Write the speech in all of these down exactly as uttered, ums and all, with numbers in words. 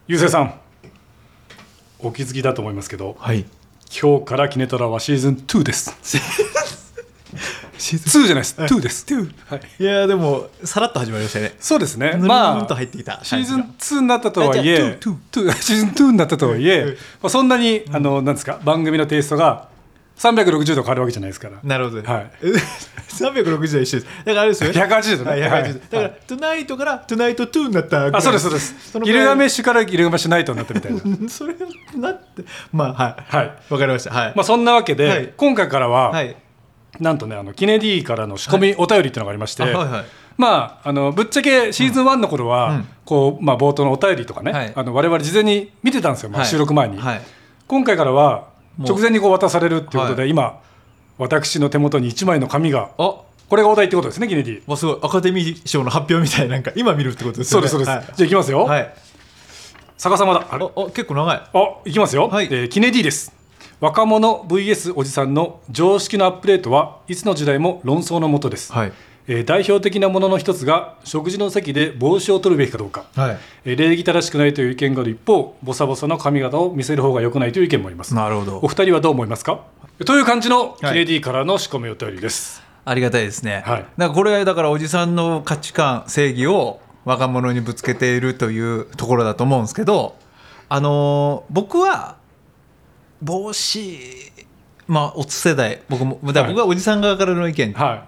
ゆうせいさん、お気づきだと思いますけど、 はい、 今日からキネトラはシーズンにですシーズンにじゃないです、にです。 はい、いやでもさらっと始まりましたね。 そうですね。 まあと入ってきたシーズンにになったとはいえ、シーズンにになったとはいえ、まあ、そんなに、うん、あのなんですか、番組のテイストがさんびゃくろくじゅうど変わるわけじゃないですから。 なるほど、 はい、 さんびゃくろくじゅうど一緒です。だからあれですよね、 ひゃくはちじゅうどね、はい、 だからトゥナイトからトゥナイトトゥになった。 あ、そうですそうです。ギルガメッシュからギルガメッシュナイトになったみたいなそれなってまあはい、はい、わかりました。はい、 まあ、そんなわけで、はい、今回からは、 はい、 なんとね、あのキネディからの仕込みお便りっていうのがありまして、はいはいはい、まあ、あのぶっちゃけシーズンいちの頃は、うん、こうまあ、冒頭のお便りとかね、はい、あの我々事前に見てたんですよ、まあ、収録前に、はいはい、今回からは直前にこう渡されるっていうことで、はい、今私の手元にいちまいの紙が、これがお題ってことですね、キネディ。 すごい、アカデミー賞の発表みたいな、なんか今見るってことですよね。 そうですそうです、 はい、 じゃあいきますよ、はい、逆さまだ。 あれ、あ、結構長い。 あ、いきますよ、はい、えー、キネディです。若者 ブイエス おじさんの常識のアップデートはいつの時代も論争のもとです、はい、えー、代表的なものの一つが食事の席で帽子を取るべきかどうか、はい、えー、礼儀正しくないという意見がある一方、ボサボサの髪型を見せる方が良くないという意見もあります。 なるほど。 お二人はどう思いますかという感じのキネディからの仕込みお便りです、 はい、ありがたいですね、はい、だからこれだからおじさんの価値観正義を若者にぶつけているというところだと思うんですけど、あのー、僕は帽子、まあ、おつ世代、僕もだから僕はおじさん側からの意見が、はい、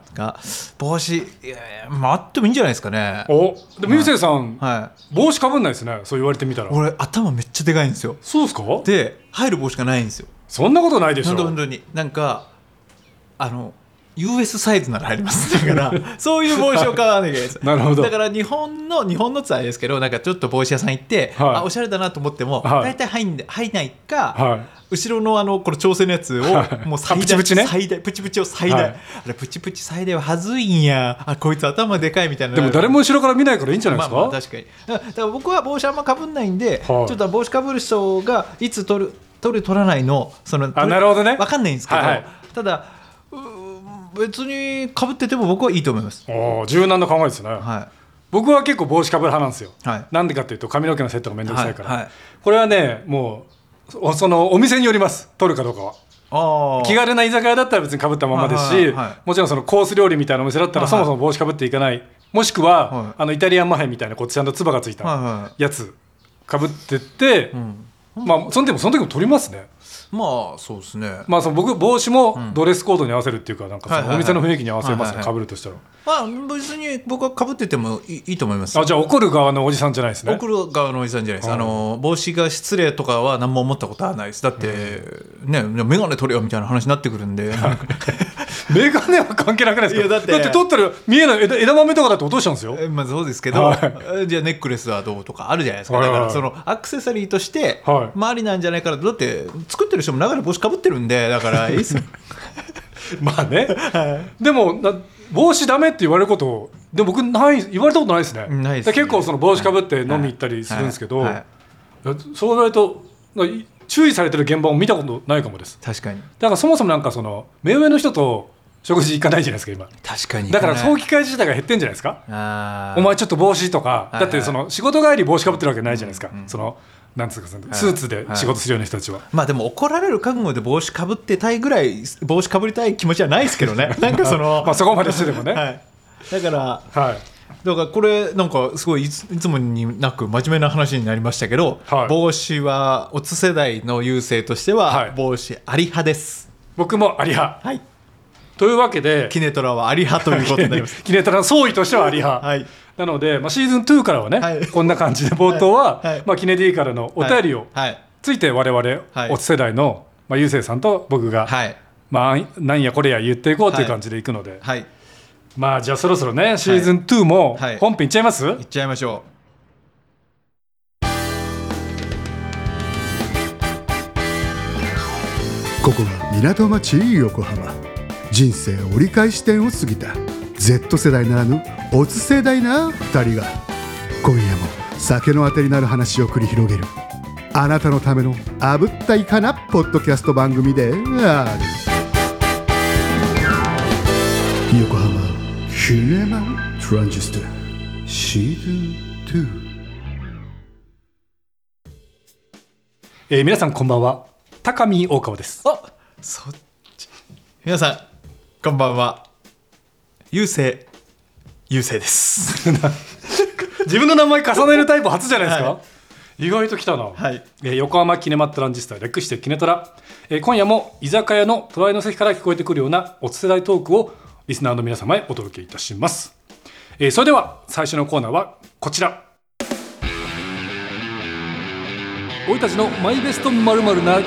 帽子、いや、まあ、あってもいいんじゃないですかね。 おでもゆうせいさん、はい、帽子かぶんないですね、そう言われてみたら。 俺頭めっちゃでかいんですよ。 そうですか。 で入る帽子がないんですよ。 そんなことないでしょ。 本当本当になんかあの ユーエス サイズなら入りますだからそういう帽子を買わなきゃいけないですなるほど。 だから日本の日本のツアーですけど、なんかちょっと帽子屋さん行って、はい、あ、おしゃれだなと思っても、はい、大体入んで入んないか、はい、後ろのあのこれ調整のやつを、はい、もう最大、 プチプチね、 最大プチプチを最大、はい、あれプチプチ最大ははずいんや、あ、こいつ頭でかいみたいな。 でも誰も後ろから見ないからいいんじゃないですか。 まあまあ確かに。だから、だから僕は帽子あんまかぶんないんで、はい、ちょっと帽子かぶる人がいつ取る取る取らないのその、 あ、なるほどね、 分かんないんですけど、はいはい、ただ別にかぶってても僕はいいと思います。 お、柔軟な考えですね、はい、僕は結構帽子かぶる派なんですよ、はい、なんでかっていうと髪の毛のセットがめんどくさいから、はいはい、これはね、もうそのお店によります、取るかどうかは。あ、気軽な居酒屋だったら別にかぶったままですし、はいはいはい、もちろんそのコース料理みたいなお店だったらそもそも帽子かぶっていかない、はいはい、もしくは、はい、あのイタリアンマフィンみたいなこっちゃんとつばがついたやつかぶってって、はいはい、うん、まあ、その時もその時も取りますね。 まあそうですね、 まあ、その僕帽子もドレスコードに合わせるっていうか、なんかそのお店の雰囲気に合わせますね、かぶるとしたら。 まあ別に僕はかぶっててもいい、いいと思います。 あ、じゃあ怒る側のおじさんじゃないですね。 怒る側のおじさんじゃないです。あの帽子が失礼とかは何も思ったことはないです。だって、うん、ね、メガネ取れよみたいな話になってくるんでメガネは関係なくないですか。いやだって、だって取ったら見えない 枝, 枝豆とかだって落としちゃうんですよ。 え、まあ、そうですけど、はい、じゃあネックレスはどうとかあるじゃないですか、はいはい、だからそのアクセサリーとして周りなんじゃないから、だって作ってる人も長い帽子かぶってるんで、だからいいっすよまあね、はい、でも帽子ダメって言われることでも僕ない言われたことないですね。 ないですね。 結構その帽子かぶって飲み行ったりするんですけど、はいはいはい、そう言われると注意されてる現場を見たことないかもです。 確かに。 だからそもそもなんかその目上の人と食事行かないじゃないですか今。 確かに。 だから早期開示自体が減ってんじゃないですか。あ、お前ちょっと帽子とか、だってその仕事帰り帽子かぶってるわけないじゃないですか、うんうん、そのなんつうかスーツで仕事するような人たちは、はいはい、 まあでも怒られる覚悟で帽子かぶってたいぐらい帽子かぶりたい気持ちはないですけどねなんかそのまあそこまでしてでもね、はい、 だから、はい、だからこれなんかすごいい つ, いつもになく真面目な話になりましたけど、はい、帽子はオツ世代の優勢としては、はい、帽子あり派です。 僕もあり派、はい、というわけでキネトラはあり派ということになりますキネトラの総意としてはあり派、はい、なので、まあ、シーズンにからはね、はい、こんな感じで冒頭は、はいはい、まあ、キネディからのお便りをついて我々、はい、オツ世代の、まあ、ゆうせいさんと僕が、はい、まあ、なんやこれや言っていこうという感じでいくので、はいはい、まあじゃあそろそろねシーズンにも本編いっちゃいます、はいはい、 いっちゃいましょう。 ここは港町横浜、人生折り返し点を過ぎた Z 世代ならぬオツ世代なふたりが今夜も酒のあてになる話を繰り広げる、あなたのためのあぶったいかなポッドキャスト番組である。横浜シネマトランジスタシーズンに。 えー、皆さんこんばんは、高見大川です。 あ、そっち。皆さんこんばんは、ゆうせいゆうせいです自分の名前重ねるタイプ初じゃないですか、はい、意外と来たな、 はい。 えー、横浜キネマトランジスタ略してキネトラ、えー、今夜も居酒屋の隣の席から聞こえてくるようなおつ世代トークをリスナーの皆様へお届けいたします。えー、それでは最初のコーナーはこちら。俺たちのマイベスト〇〇な夜。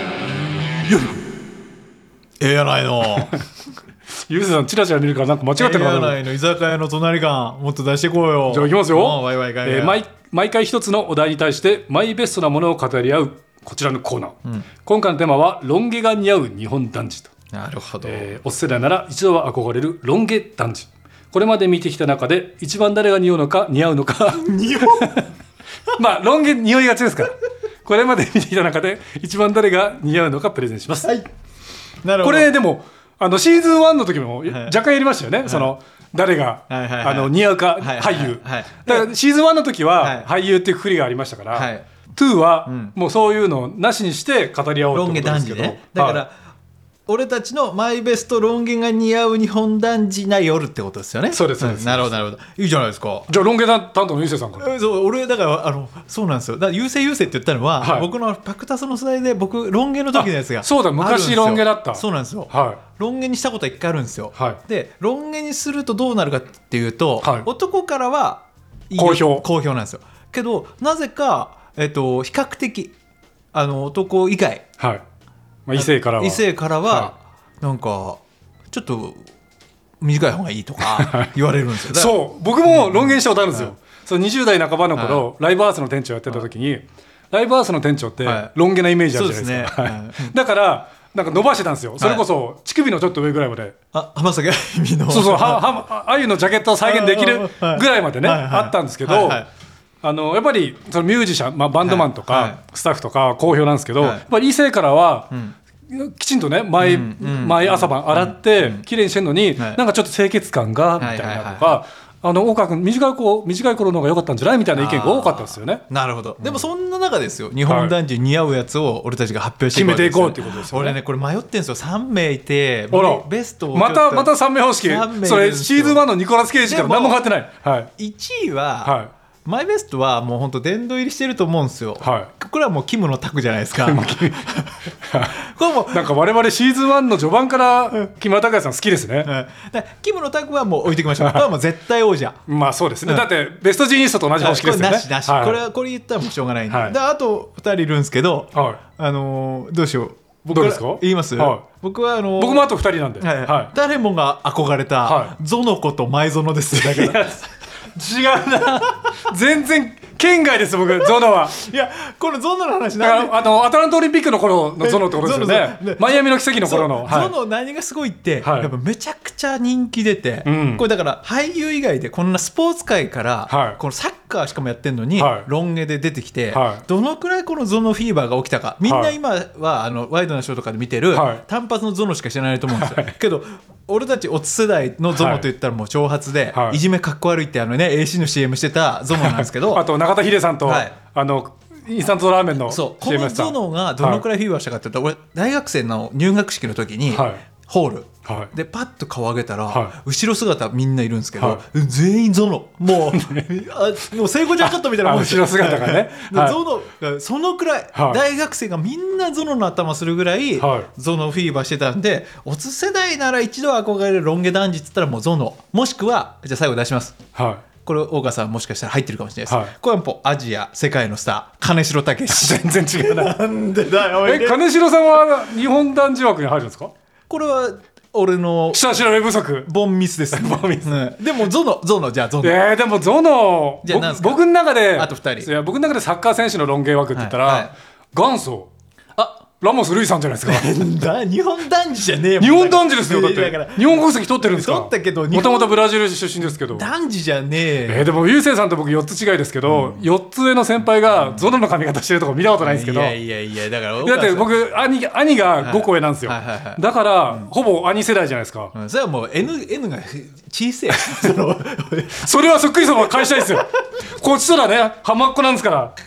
ええやないのゆうせいさんチラチラ見るからなんか間違ってるかな。ええやないの、居酒屋の隣感もっと出してこうよ。 じゃあいきますよ。 ワイワイガイガイ、 えー、毎, 毎回一つのお題に対してマイベストなものを語り合うこちらのコーナー、うん、今回のテーマはロン毛が似合う日本男児と。 なるほど、 えー、お世代なら一度は憧れるロン毛男児。これまで見てきた中で一番誰が似合うのか似合うのか似合うまあロン毛似合いがちですからこれまで見てきた中で一番誰が似合うのかプレゼンします、 はい、なるほど。 これでもあのシーズンワンの時も若干やりましたよね、はい、その誰が、はいはいはい、あの似合うか、はい、俳優、はいはい、だからシーズンワンの時は俳優っていうくくりがありましたから、はい、にはもうそういうのをなしにして語り合おうってことですけど、 ロン毛男児ね。だから、はい、俺たちのマイベストロン毛が似合う日本男児な夜ってことですよね。 そうですそうです、 うん、なるほどなるほど、いいじゃないですか。 じゃあロン毛担当のゆうせいさんから。 そう俺だからあのそうなんですよ。だからゆうせいゆうせいって言ったのは、はい、僕のパクタスの世代で僕ロン毛の時のやつがそうだ昔ロン毛だった。 そうなんですよ、 はい、 ロン毛にしたことはいっかいあるんですよ、はい、でロン毛にするとどうなるかっていうと、はい、男からはいい好評好評なんですよ。けどなぜか、えっと、比較的あの男以外、 はい、まあ、異性からは異性からは、はい、なんかちょっと短い方がいいとか言われるんですよ。 そう僕もロン毛にしたことあるんですよ、うん、そのにじゅう代半ばの頃、はい、ライブハウスの店長やってた時に、はい、ライブハウスの店長ってロン毛なイメージあるじゃないですか、はい、そうですね、はい、だからなんか伸ばしてたんですよ。それこそ乳首のちょっと上ぐらいまで、 あ浜崎あゆみのそうそうははあゆのジャケットを再現できるぐらいまでね、はいはい、あったんですけど、はいはい、あのやっぱりそのミュージシャン、まあ、バンドマンとか、はいはい、スタッフとか好評なんですけど、はい、やっぱり異性からは、うん、きちんとね 毎,、うんうん、毎朝晩洗って、うん、綺麗にしてるのに、うん、なんかちょっと清潔感がみたいなとか、はいはいはいはい、あの大川君短い子短い頃の方が良かったんじゃないみたいな意見が多かったですよね。 なるほど、うん、でもそんな中ですよ、日本男児に似合うやつを俺たちが発表していくわけですよ、 決めていこうっていうことですよね。 俺ねこれ迷ってるんですよ。さんめいいてベストをまたまたさんめい方式。それシーズンワンのニコラス・ケイジから何も変わってない、はい、 いちいは、はい、マイベストはもう本当殿堂入りしてると思うんですよ、はい、これはもうキムのタクじゃないですかこれもなんか我々シーズンワンの序盤から木村拓哉さん好きですね、 はい、だキムのタクはもう置いておきましょうこれはもう絶対王者まあそうですね、うん、だってベストジーニストと同じ方式ですよね。 これなしなし、はい、これはこれ言ったらもうしょうがないんで、はい、であとふたりいるんですけど、はい、あのー、どうしよう僕どうですか言います、はい、僕はあのー、 僕もあとふたりなんで、 はいはい、誰もが憧れた、はい、ゾノコと前園ですよ。だから違うな全然県外です僕ゾノは。 いやこのゾノの話なんであのアトランタオリンピックの頃のゾノってことですよね。マイアミの奇跡の頃の、 はい、ゾノ何がすごいって、はい、やっぱめちゃくちゃ人気出て、うん、これだから俳優以外でこんなスポーツ界から、はい、このサッカーしかもやってんのに、はい、ロン毛で出てきて、はい、どのくらいこのゾノフィーバーが起きたかみんな今はあのワイドなショーとかで見てる、はい、単発のゾノしか知らないと思うんですよ、はい、けど俺たちオツ世代のゾノといったらもう長髪で、はい、いじめかっこ悪いってあのね エーシー の シーエム してたゾノなんですけどあと中田秀さんと、はい、あのインスタントラーメンの シーエムそうこのゾノがどのくらいフィーバーしたかって言ったら、はい、俺大学生の入学式の時に、はい、ホール、はい、でパッと顔上げたら、はい、後ろ姿みんないるんですけど、はい、全員ゾノもうあもう聖子ちゃんカットみたいなもん後ろ姿がね、 はい、ゾノそのくらい、はい、大学生がみんなゾノの頭するぐらい、はい、ゾノフィーバーしてたんでオツ世代なら一度憧れるロン毛男児って言ったらもうゾノもしくはじゃあ最後出します、はい、これ大川さんもしかしたら入ってるかもしれないです、はい、これはもうアジア世界のスター金城武全然違うななんでだよえ金城さんは日本男児枠に入るんですか。 これは俺の下調べ不足ボンミスですボンミス、うん、でもゾノゾノじゃあゾノえー、でもゾノじゃあ僕の中であとふたりいや僕の中でサッカー選手のロン毛枠って言ったら、はいはい、元祖あラモス・ルイさんじゃないですかだ日本男児じゃねえよ日本男児ですよだってだから日本国籍取ってるんですか。 取ったけどもともとブラジル出身ですけど男児じゃねえ、 えー、でもゆうせいさんと僕よっつ違いですけど、うん、よっつ上の先輩がゾノの髪型してるとこ見たことないんですけど、 いやいやいやだからだって僕 兄, 兄がごこ上なんですよ、はいはいはいはい、だから、うん、ほぼ兄世代じゃないですか、 うん、それはもう N, N が小さいそそれはそっくりさま返したいですよこっちとらね浜っ子なんですから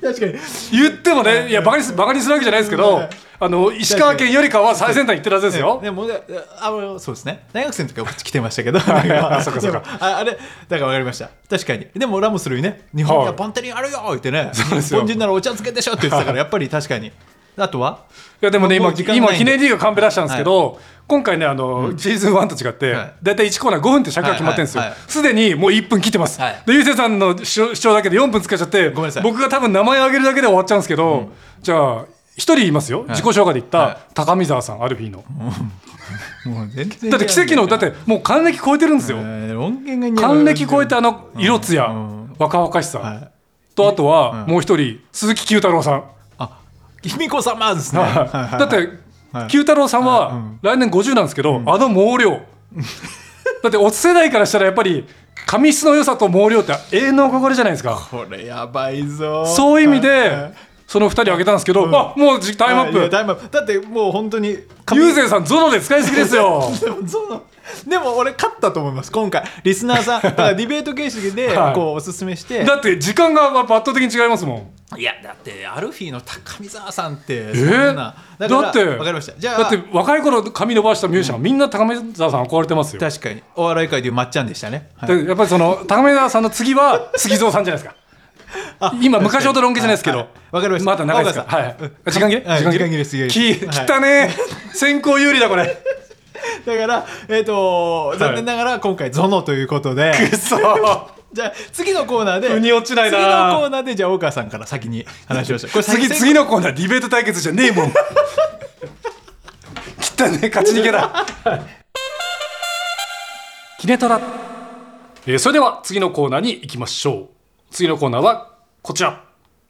確かに言ってもね、いやバカにすバカにするわけじゃないですけど、あの石川県よりかは最先端行ってるはずですよ。 でもあのそうですね、大学生の時はこっち来てましたけどあそっかそっか、 ああれだから分かりました。確かに。でもラモスルイね、日本にはポンテリンあるよってね、日本人ならお茶漬けでしょって言ってたからやっぱり確かに。あとはいやでもね、今今記念リーグカンペ出したんですけど、はい、今回ねあの、うん、シーズンワンと違って、はい、だいたいいちコーナーごふんって尺が決まってるんですよ。すで、はいはい、にもういっぷん切ってます、はい、でゆうせいさんの主張だけでよんぷん使っちゃって、ごめんなさい、僕が多分名前挙げるだけで終わっちゃうんですけど、うん、じゃあ一人言いますよ、はい、自己紹介で言った、はい、高見沢さん、アルフィーの、うん、もう全然だって奇跡の、だってもう還暦超えてるんですよ、還暦超えてあの色艶、うん、若々しさ、はい、とあとはもう一人、鈴木九太郎さん、 卑弥呼様ですねだって九太郎さんは来年ごじゅうなんですけど、うん、あの毛量だっておつ世代からしたらやっぱり髪質の良さと毛量って永遠の憧れじゃないですか。 これやばいぞ。 そういう意味でそのふたり挙げたんですけど、うん、あもうタイムアップ。 タイムアップだってもう本当にゆうせいさんゾノで使いすぎですよでもゾノでも俺勝ったと思います今回。リスナーさんだからディベート形式でこうおすすめして、はい、 だって時間が圧倒的に違いますもん。 いやだってアルフィーの高見沢さんってそんな、えー、だ, だって分かりました。じゃあだって若い頃髪伸ばしたミュージシャン、うん、みんな高見沢さん憧れてますよ。 確かにお笑い界でいうまっちゃんでしたね、 はい、やっぱりその高見沢さんの次は杉蔵さんじゃないですか今昔ほどロン毛じゃないですけど、 わかりました。 まだ長いですか。はい。時間切れ？ 時間切れです。 切ったね。先行有利だこれ。 だからえっと残念ながら今回ゾノということで。 くそ。 じゃあ次のコーナーで。 腑に落ちないな。 次のコーナーでじゃあ大川さんから先に話をした。これ次次のコーナーディベート対決じゃねえもん。切ったね、勝ち逃げだ。キネトラ。えー、それでは次のコーナーに行きましょう。次のコーナーはこちら。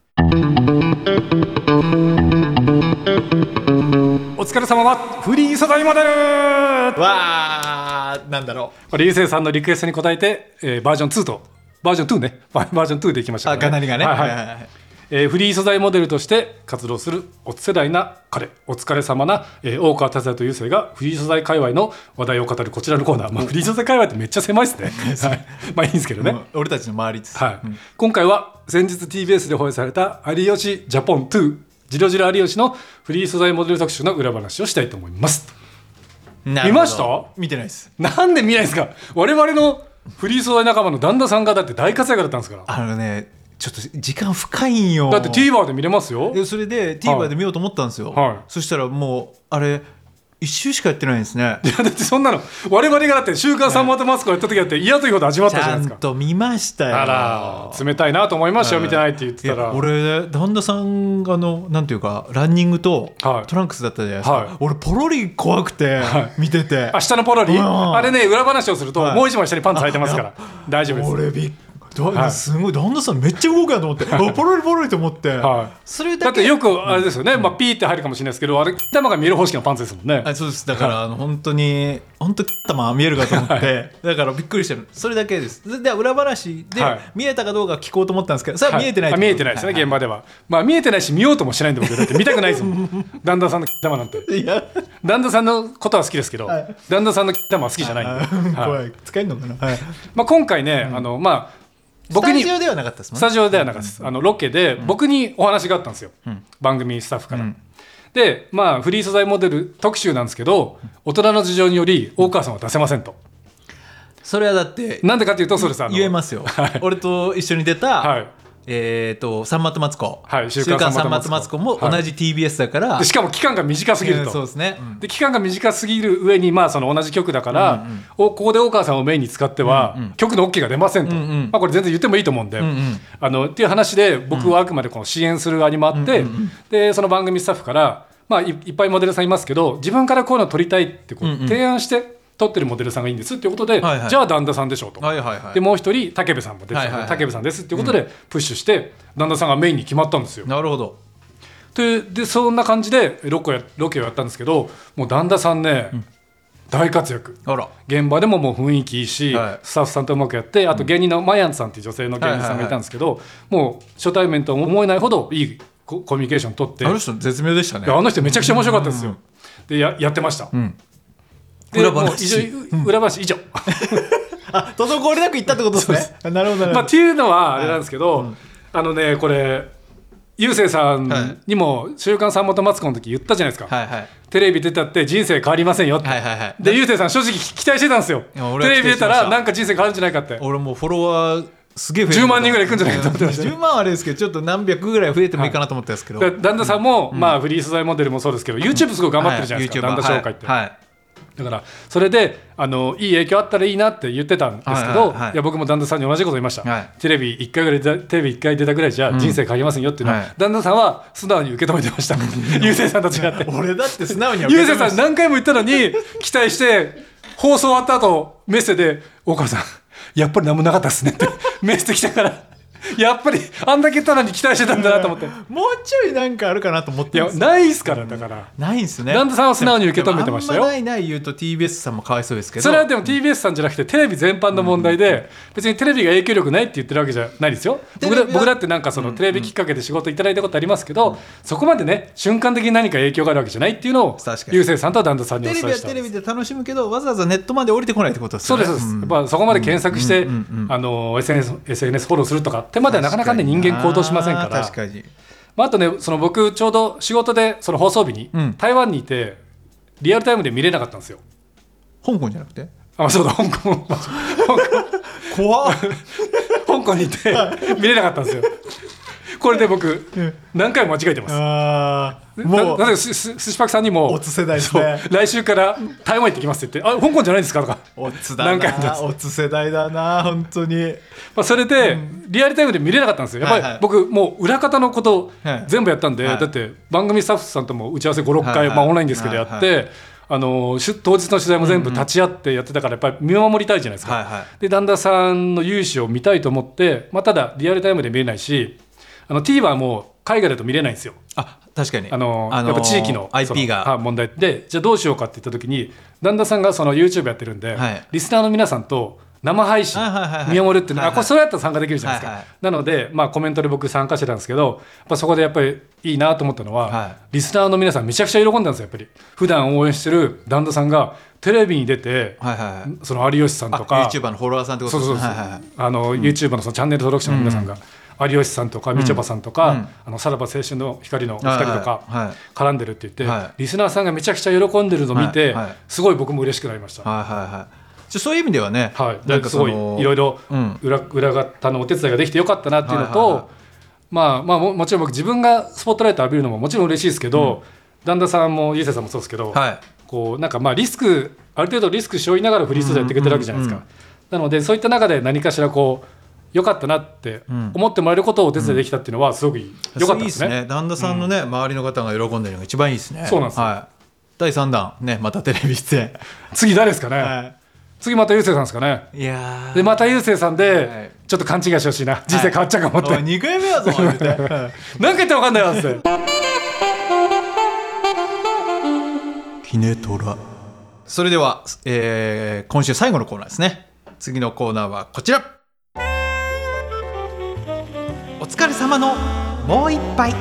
お疲れ様はフリー素材モデル。 わー、なんだろう。これゆうせいさんのリクエストに応えて、えー、バージョンツーとバージョンツーねバージョンツーでいきましたからね。 あ、がなりがね、はいはいはいはい、 えー、フリー素材モデルとして活動するお世代な彼、お疲れ様な、えー、大川達也とゆうせいがフリー素材界隈の話題を語るこちらのコーナー、まあ、フリー素材界隈ってめっちゃ狭いですねはい、まあいいんですけどね、 俺たちの周りです、 はい、うん、今回は先日 ティービーエス で放映された有吉ジャポンにジロジロ有吉のフリー素材モデル特集の裏話をしたいと思います。見ました？ 見てないです。 なんで見ないですか？我々のフリー素材仲間の旦那さんがだって大活躍だったんですから。 あのね、ちょっと時間深いんよ。 だって ティーバー で見れますよ。 でそれで ティーバー で見ようと思ったんですよ、はい、そしたらもうあれ一周しかやってないんですね。 いやだってそんなの我々がだって週刊さんまとマスクをやった時だって嫌というほど味わったじゃないですか。 ちゃんと見ましたよ。 あら冷たいなと思いましたよ、見てないって言ってたら。 俺旦那さんがのなんていうかランニングとトランクスだったじゃないですか、はい、俺ポロリ怖くて見てて、はい、 あ下のポロリ、うん、あれね裏話をすると、はい、もう一枚下にパンツ履いてますから大丈夫です。 俺びっはい、すごい旦那さんめっちゃ動くやと思ってポロリポロリと思って、はい、 それだけだってよくあれですよね、うん、まあ、ピーって入るかもしれないですけどあれ玉が見える方式のパンツですもんね。 あそうです。だから、はい、あの本当に本当玉見えるかと思って、はい、だからびっくりしてる。それだけです。で裏話で、はい、見えたかどうか聞こうと思ったんですけどそれは見えてない、 はい、見えてないですね、はい、現場では、まあ、見えてないし見ようともしないんで僕だって見たくないですもん旦那さんの玉なんて。いや旦那さんのことは好きですけど、はい、旦那さんの玉は好きじゃないんで、 はい、怖い使えるのかな、はい、 まあ、今回ね、うん、あのまあ僕にスタジオではなかったですもんね。 スタジオではなかったです、うん、あのロケで僕にお話があったんですよ、うん、番組スタッフから、うん、でまあフリー素材モデル特集なんですけど、うん、大人の事情により大川さんは出せませんと。 それはだってなんでかっていうとそれさ言えますよ、はい、俺と一緒に出た、はい、えー、とさんまとマツコ、はい、週刊さんまとマツコも同じ ティービーエス だから、はい、 でしかも期間が短すぎると、 えー、そうですね、うん、 で期間が短すぎる上に、まあ、その同じ曲だから、うんうん、おここで大川さんをメインに使っては、うんうん、曲の OK が出ませんと、うんうん、まあ、これ全然言ってもいいと思うんで、うんうん、あのっていう話で僕はあくまでこの支援する側に回って、うんうんうん、でその番組スタッフから、まあ、い, いっぱいモデルさんいますけど自分からこういうの撮りたいってこう提案して、うんうん、撮ってるモデルさんがいいんですっていうことで、はいはい、じゃあ旦那さんでしょうと、はいはいはい、でもう一人武部さんも出てたので、はいはいはい、武部さんですっていうことでプッシュして、うん、旦那さんがメインに決まったんですよ。 なるほど。 で, でそんな感じでロケ, ロケをやったんですけどもう旦那さんね、うん、大活躍。 あら現場でももう雰囲気いいし、はい、スタッフさんとうまくやって、あと芸人のマヤンさんっていう女性の芸人さんがいたんですけど、はいはいはい、もう初対面と思えないほどいいコミュニケーション取って、 あの人絶妙でしたね。 あの人めちゃくちゃ面白かったですよ、うんうんうん、で や, やってました、うん、で裏話裏話以上あ、滞りなく行ったってことですね。なるほど、まあ、 っていうのはあれなんですけど、はい、うん、あのねこれゆうせいさんにも「週刊さんまとマツコ」の時言ったじゃないですか、はいはい、テレビ出たって人生変わりませんよって、はいはいはい、でゆうせいさん正直期待してたんですよ。テレビ出たらなんか人生変わるんじゃないかって。 俺もうフォロワーすげえ増えじゅうまんにんぐらいいくんじゃないかと思ってました。 じゅうまんはあれですけどちょっと何百ぐらい増えてもいいかなと思ったんですけど、はい、 旦那さんも、うん、まあフリー素材モデルもそうですけど YouTube すごい頑張ってるじゃないですか、はい、旦那紹介って、はいはい、だからそれであのいい影響あったらいいなって言ってたんですけど、はいはいはい、いや僕も旦那さんに同じこと言いました、はい、テレビいっかいぐらいテレビいっかい出たぐらいじゃ人生変わりませんよっていうのは、うん、旦那さんは素直に受け止めてましたゆうせいさんと違って俺だって素直にゆうせいさん何回も言ったのに期待して放送終わった後メッセで大川さんやっぱり何もなかったですねってメッセ来たからやっぱりあんだけ言ったのに期待してたんだなと思ってもうちょいなんかあるかなと思ってます。いやないっすからだから、 うん、ないんすね。 旦那さんは素直に受け止めてましたよ。 あんまないない言うと ティービーエス さんもかわいそうですけど、 それはでも ティービーエス さんじゃなくてテレビ全般の問題で、うん、別にテレビが影響力ないって言ってるわけじゃないですよ。僕ら、僕らってなんかそのテレビきっかけで仕事いただいたことありますけど、うん、そこまでね瞬間的に何か影響があるわけじゃないっていうのをゆうせいさんと旦那さんにお伝えしたんです。 テレビはテレビで楽しむけどわざわざネットまで降りてこないってことですよね。 そうです、うん、やっぱそこまで検索して、うんうんうん、あの エスエヌエス, エスエヌエス フォローするとかってまではなかなかね人間行動しませんから。 確かに、 まあ、あとねその僕ちょうど仕事でその放送日に台湾にいてリアルタイムで見れなかったんですよ。 香港じゃなくてあそうだ香港怖っ香港にいて見れなかったんですよ。これで僕何回も間違えてます。 あもうなぜすしぱくさんにもオツ世代ですね。 来週から台湾行ってきますって言って、あ香港じゃないですかとかオツだなオツ世代だな本当に、 まあ、それで、うん、リアルタイムで見れなかったんですよ。やっぱり、はいはい、僕もう裏方のこと全部やったんで、はい、だって番組スタッフさんとも打ち合わせごろっかい、はいはいまあ、オンラインですけどやって、はいはいあの当日の取材も全部立ち会ってやってたからやっぱり見守りたいじゃないですか、はいはい、で旦那さんの勇姿を見たいと思って、まあ、ただリアルタイムで見れないしあの T はもう海外だと見れないんですよ。 あ確かにあの、あのー、やっぱ地域のアイピー が問題でじゃあどうしようかって言った時に旦那さんがその YouTube やってるんで、はい、リスナーの皆さんと生配信見守るっていうのは、はいはいはい、あこれそれやったら参加できるじゃないですか、はいはい、なので、まあ、コメントで僕参加してたんですけどやっぱそこでやっぱりいいなと思ったのは、はい、リスナーの皆さんめちゃくちゃ喜んだんですよ。やっぱり普段応援してる旦那さんがテレビに出て、はいはいはい、その有吉さんとか YouTuber のフォロワーさんってことですね。そうそうそう、はいはい、あの、 うん、YouTuber のそのチャンネル登録者の皆さんが、うん、有吉さんとかみちょぱさんとか、うん、あのさらば青春の光のお二人とか絡んでるって言って、はいはい、リスナーさんがめちゃくちゃ喜んでるのを見て、はいはい、すごい僕も嬉しくなりました。 はいはいはい、そういう意味ではね、 はい、なんかすごいいろいろ裏方のお手伝いができてよかったなっていうのと、はいはいはいまあまあ、も, もちろん僕自分がスポットライト浴びるのももちろん嬉しいですけど、うん、旦那さんもゆうせいさんもそうですけど、はい、こうなんかまあリスクある程度リスク背負いながらフリースタイルやってくれてるわけじゃないですか、うんうんうん、なのでそういった中で何かしらこう良かったなって思ってもらえることをお手伝いできたっていうのはすごく良かったですね。 いいですね。旦那さんのね、うん、周りの方が喜んでるのが一番いいですね。 そうなんですよ、 はい、だいさんだんねまたテレビ出演次誰ですかね、はい、次またゆうせいさんですかね。 いやでまたゆうせいさんで、はい、ちょっと勘違いしてほしいな、人生変わっちゃうかもって、はい、 にかいめやぞ言って何回言って分かんないわってキネトラ。それでは、えー、今週最後のコーナーですね。次のコーナーはこちら。お疲れ様のもう一杯。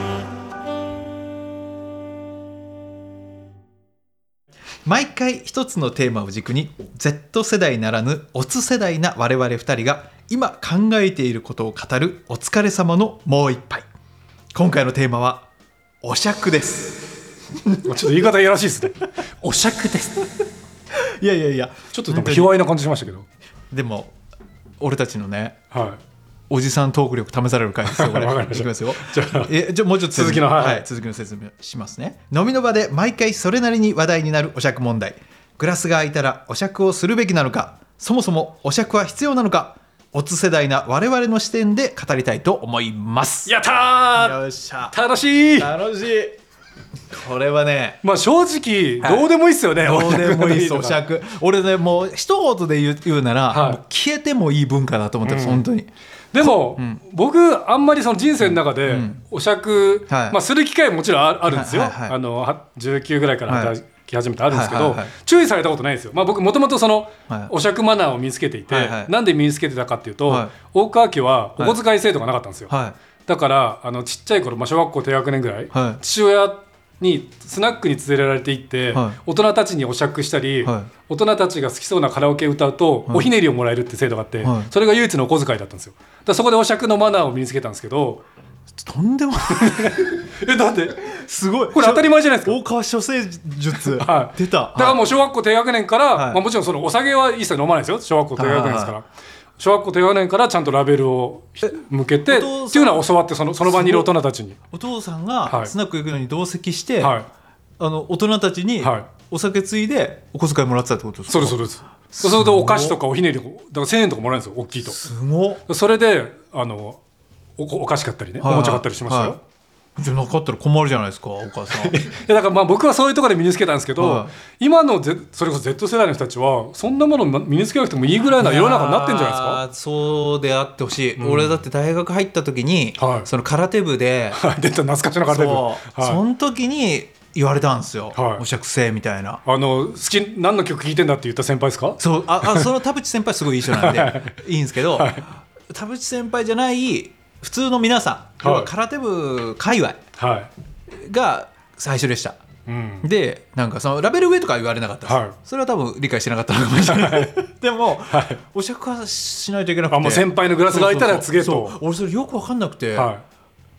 毎回一つのテーマを軸に Z 世代ならぬオツ世代な我々二人が今考えていることを語るお疲れ様のもう一杯。今回のテーマはお酌ですちょっと言い方いやらしいですねお酌ですいやいやいやちょっと卑猥な感じしましたけどでも俺たちのね、 はい、 おじさんトーク力試される回ですよこれ。 わかりました。 いきますよ。じゃあえじゃあもうちょっと続きの、はいはい、 続きの説明しますね。飲みの場で毎回それなりに話題になるお酌問題。グラスが空いたらお酌をするべきなのか、そもそもお酌は必要なのか、オツ世代な我々の視点で語りたいと思います。 やったー。 よっしゃ。 楽しい楽しい。これはね、 まあ正直どうでもいいっすよね、 はい、どうでもいいっすお酌。俺ねもう一言で言う、言うなら、はい、もう消えてもいい文化だと思ってます、うん、本当に。 でも、うん、僕あんまりその人生の中でお酌、うんはいまあ、する機会ももちろんあるんですよ、はいはいはい、あのじゅうきゅうぐらいから働き始めてあるんですけど、はいはいはいはい、注意されたことないんですよ、まあ、僕もともとそのお酌マナーを身につけていて、はいはい、なんで身につけてたかっていうと、はい、大川家はお小遣い制度がなかったんですよ、はい、だからあのちっちゃい頃、まあ、小学校低学年ぐらい、はい、父親にスナックに連れられて行って、はい、大人たちにお酌したり、はい、大人たちが好きそうなカラオケ歌うと、はい、おひねりをもらえるって制度があって、はい、それが唯一のお小遣いだったんですよ。だからそこでお酌のマナーを身につけたんですけど、 とんでもないえだってすごいこれ当たり前じゃないですか。 大川処世術、 はい、 出た。 だからもう小学校低学年から、はい、まあ、もちろんそのお酒は一切飲まないですよ小学校低学年ですから、はい、小学校低学年からちゃんとラベルを向けてっていうのは教わって、その、その場にいる大人たちに。 お父さんがスナック行くのに同席して、 はい、 あの大人たちにお酒ついでお小遣いもらってたってことですか。 そうですそうです。そうするとお菓子とかおひねりとかだからせんえんとかもらえるんですよ大きいと。 すごっ。 それであの お, お菓子買ったりね、はい、おもちゃ買ったりしましたよ、はい、 じゃなかったら困るじゃないですかお母さんいやだからまあ僕はそういうところで身につけたんですけど、はい、今の、Z、それこそ Z 世代の人たちはそんなもの身につけなくてもいいぐらいな世の中になってんじゃないですか。 そうであってほしい、うん、俺だって大学入った時に、はい、その空手部で出た懐かしの空手部、 そう、はい、その時に言われたんですよ、はい、お釈せみたいな。 あの好き何の曲聴いてんだって言った先輩ですか。 そう あ, あその田淵先輩すごいいい人なんでいいんですけど、はい、田淵先輩じゃない普通の皆さん、はい、空手部界隈が最初でした、はい、でなんかそのラベル上とか言われなかったです、はい、それは多分理解してなかったのかもしれない、はい、でも、はい、お釈はしないといけなくて、 あもう先輩のグラスが空いたら告げと。 そうそうそう俺それよく分かんなくて、はい、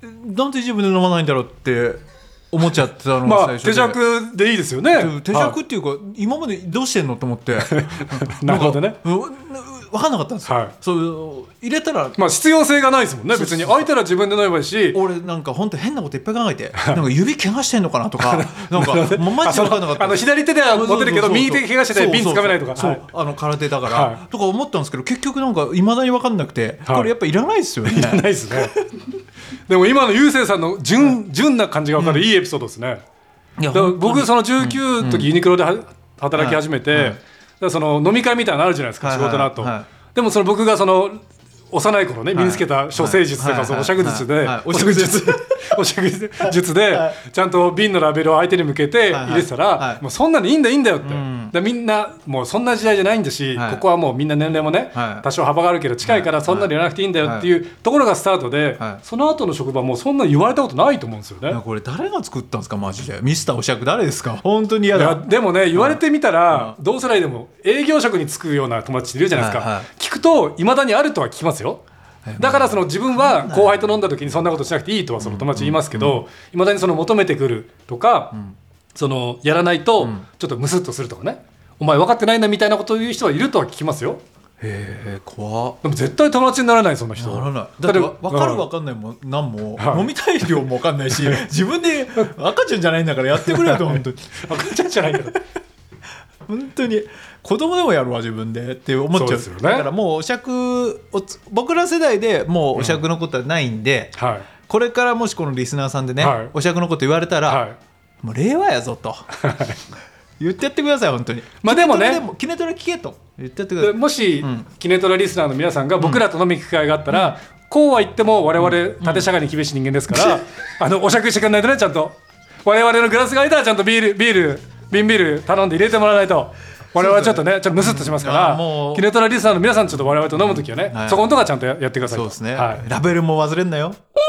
なんで自分で飲まないんだろうって思っちゃってたのが最初で、 まあ、手酌でいいですよね。 手酌っていうか、はい、今までどうしてんのと思ってなるほどね分かんなかったんですよ、はい、そう入れたら、 まあ、必要性がないですもんね。別に空いたら自分で飲めばいいし。 俺なんか本当変なこといっぱい考えてなんか指怪我してんのかなとかなんかマジで分かんなかった。 あの左手では持てるけど右手怪我してて瓶つかめないとか、 そうそうそうそう、はい、あの空手だから、はい、とか思ったんですけど結局なんかいまだに分かんなくて、はい、これやっぱいらないですよね。 いらないですねでも今のゆうせいさんの純、はい、純な感じが分かる、うん、いいエピソードですね。いやだから僕そのじゅうきゅうの時ユニクロで働き始めて、はいはい、だからその飲み会みたいなのあるじゃないですか、はい、仕事の後、はいはい、でもその僕がその幼い頃ね身につけた処世術とかそのお釈術でお釈術お釈術でちゃんと瓶のラベルを相手に向けて入れてたらもうそんなのいいんだいいんだよってでみんなもうそんな時代じゃないんだしここはもうみんな年齢もね多少幅があるけど近いからそんなの言わなくていいんだよっていうところがスタートでその後の職場もそんな言われたことないと思うんですよね。 これ誰が作ったんですかマジで。ミスターお釈誰ですか本当に嫌だ。いやでもね言われてみたら同世代でも営業職に就くような友達いるじゃないですか。聞くといまだにあるとは聞きますよ。だからその自分は後輩と飲んだ時にそんなことしなくていいとはその友達言いますけどいまだにその求めてくるとかそのやらないとちょっとムスッとするとかねお前分かってないんだみたいなことを言う人はいるとは聞きますよ。 へえ怖っ。 でも絶対友達にならないそんな人。 ならない。だって分かる分かんないも何も、はい、飲みたい量も分かんないし自分で赤ちゃんじゃないんだからやってくれよと本当に赤ちゃんじゃないから本当に子供でもやるわ自分でって思っちゃう。そうですよね。だからもうお釈僕ら世代でもうお釈のことはないんで、うんはい、これからもしこのリスナーさんでね、はい、お釈のこと言われたら、はい、もう令和やぞと言ってやってください本当に。 まあでもねキネトラ聞けと言ってやってください。 もし、うん、キネトラリスナーの皆さんが僕らと飲み機会があったら、うん、こうは言っても我々縦社会に厳しい人間ですから、うん、あのお釈してくれないとねちゃんと我々のグラスが空いたらちゃんとビールビール瓶ビール頼んで入れてもらわないと我々はちょっとねちょっとムスッとしますから、うん、キネトラリスナーの皆さんちょっと我々と飲むときはね、うんはい、そこのとこはちゃんと や, やってくださいと。 そうですね、 はい、 ラベルも忘れんなよ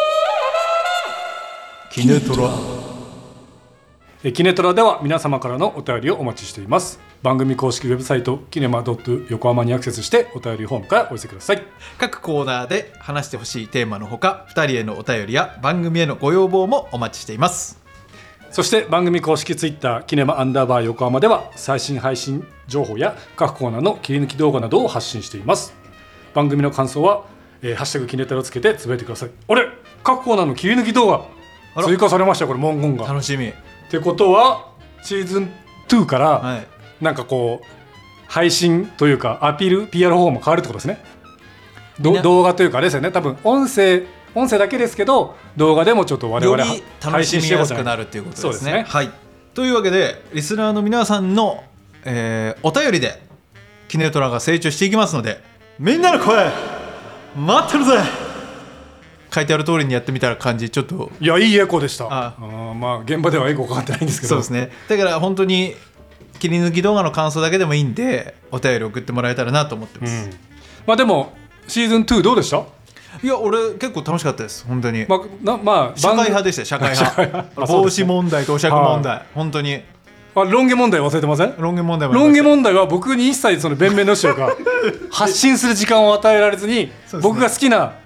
キネトラ。 えキネトラでは皆様からのお便りをお待ちしています。番組公式ウェブサイトキネマドット横浜にアクセスしてお便りフォームからお寄せください。 各コーナーで話してほしいテーマのほかふたりへのお便りや番組へのご要望もお待ちしています。 そして番組公式ツイッターキネマアンダーバー横浜では最新配信情報や各コーナーの切り抜き動画などを発信しています。番組の感想は、えー、ハッシュタグキネトラをつけてつぶやいてください。あれ各コーナーの切り抜き動画追加されましたこれ文言が。 楽しみ。 ってことはシーズンにから、はい、なんかこう配信というかアピール ピーアール 方法も変わるってことですね。動画というかあれですよね多分音声音声だけですけど動画でもちょっと我々 より楽しみやすくなるっていうことですね。そうですね、はい、というわけでリスナーの皆さんの、えー、お便りでキネトラが成長していきますのでみんなの声待ってるぜ。書いてある通りにやってみたら感じちょっといやいいエコーでした。ああまあ現場ではエコーかかってないんですけどそうですね。だから本当に切り抜き動画の感想だけでもいいんでお便り送ってもらえたらなと思ってます、うん、 まあでもシーズンにどうでした？ いや俺結構楽しかったです本当に。 まあなまあ、 社会派でした社会派帽子問題とお釈問題、はい、本当にあロン毛問題忘れてません？ ロン毛問題もロン毛問題は僕に一切その弁明のしようか発信する時間を与えられずに僕が好きな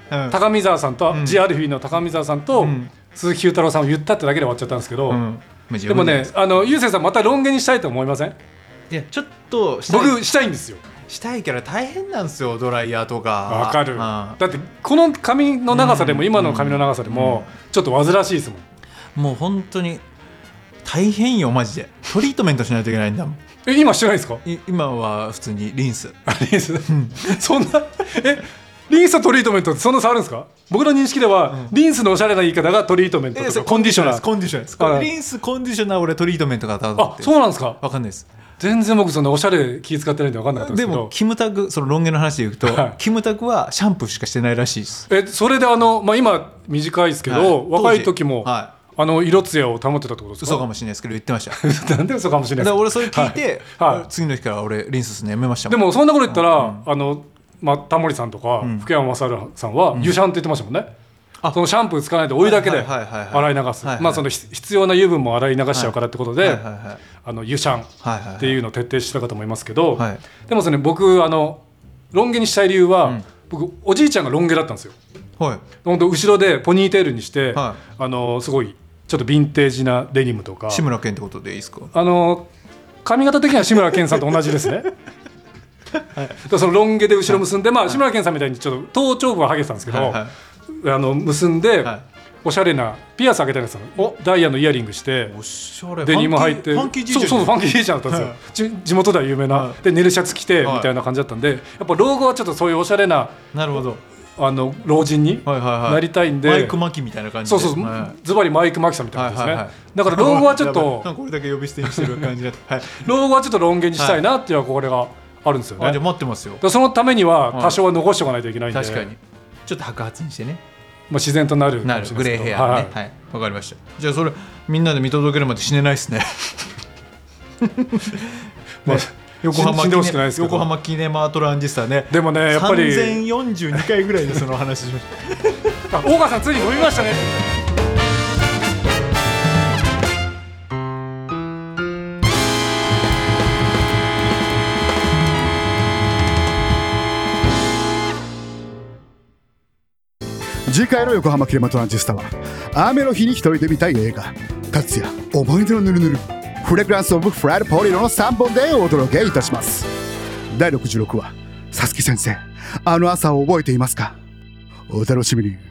高見沢さんと、うん、ジ・アルフィーの高見沢さんと、うん、鈴木九太郎さんを言ったってだけで終わっちゃったんですけど、うん、でもねあのゆうせいさんまたロン毛にしたいと思いません？ いやちょっとしたい僕したいんですよ。 したいから大変なんですよドライヤーとか。 わかる、うん、だってこの髪の長さでも、うん、今の髪の長さでも、うん、ちょっと煩わしいですもん。 もう本当に大変よマジで。トリートメントしないといけないんだもん。 え今してないですか？ 今は普通にリンス。 リンス、うん、そんなえリンスとトリートメントってそんな差あるんですか？僕の認識では、うん、リンスのおしゃれな言い方がトリートメントとか、えー、コンディショナー。 コンディショナーです。リンスコンディショナー俺トリートメントが当たって。 あそうなんですか？ わかんないです。 全然僕そんなおしゃれ気遣ってないんで分かんなかったんですけど。 でもキムタクそのロン毛の話で言うと、はい、キムタクはシャンプーしかしてないらしいです。 えそれであの、まあ、今短いですけど、はい、若い時も、はい、あの色艶を保ってたってことですか？ 嘘かもしれないですけど言ってました。 なんで嘘かもしれないですか？ だから俺それ聞いて、はいはい、次の日から俺リンスするのやめましたもん。 でもそんなこと言ったら、うん、あの、まあ、タモリさんとか、うん、福山雅治さんは、うん、湯シャンって言ってましたもんね。そのシャンプー使わないでお湯だけで洗い流す、まあその必要な油分も洗い流しちゃうからってことで、あの湯シャンっていうのを徹底したかと思いますけど、はいはい、でもそれ、ね、僕あのロン毛にしたい理由は、うん、僕おじいちゃんがロン毛だったんですよ。はい、本当後ろでポニーテールにして、はい、あのすごいちょっとヴィンテージなデニムとか。 志村けんってことでいいですか？ あの髪型的には志村けんさんと同じですね。はい、そのロン毛で後ろ結んで、まあ、志村けんさんみたいにちょっと頭頂部はハゲてたんですけど、はいはい、あの結んで、はい、おしゃれなピアス開けたんですよ。ダイヤのイヤリングしておしゃれデニム入ってファンキーじいちゃん。 そうそうファンキーじいちゃんだったんですよ、はい、地元では有名な、はい、でネルシャツ着て、はい、みたいな感じだったんで、やっぱ老後はちょっとそういうおしゃれな、 なるほどあの老人になりたいんで、 はいはいはい、マイクマキみたいな感じで。 そうそう、はい、ズバリマイクマキさんみたいな感じですね、はいはいはい、だから老後はちょっとこれだけ呼び捨てにしてる感じだはい、 老後はちょっとロン毛にしたいなっていう憧れがあるんですよね。 あじゃあ待ってますよ。 そのためには多少は残しておかないといけないんで、 確かにちょっと白髪にしてね、 まあ、自然となるなるグレーヘアね。はい、はい、分かりました。じゃあそれみんなで見届けるまで死ねないですね。まあ横浜記念横浜キネマトランジスタね。 でもねやっぱりさんぜんよんじゅうにかいぐらいでその話しました。 大川さんついに飲みましたね。 次回の横浜キネマトランジスタは雨の日に一人で見たい映画達也思い出のぬるぬるフレグランスオブフライドポリロのさんぼんでお届けいたします。だいろくじゅうろくわサスキ先生あの朝を覚えていますか？お楽しみに。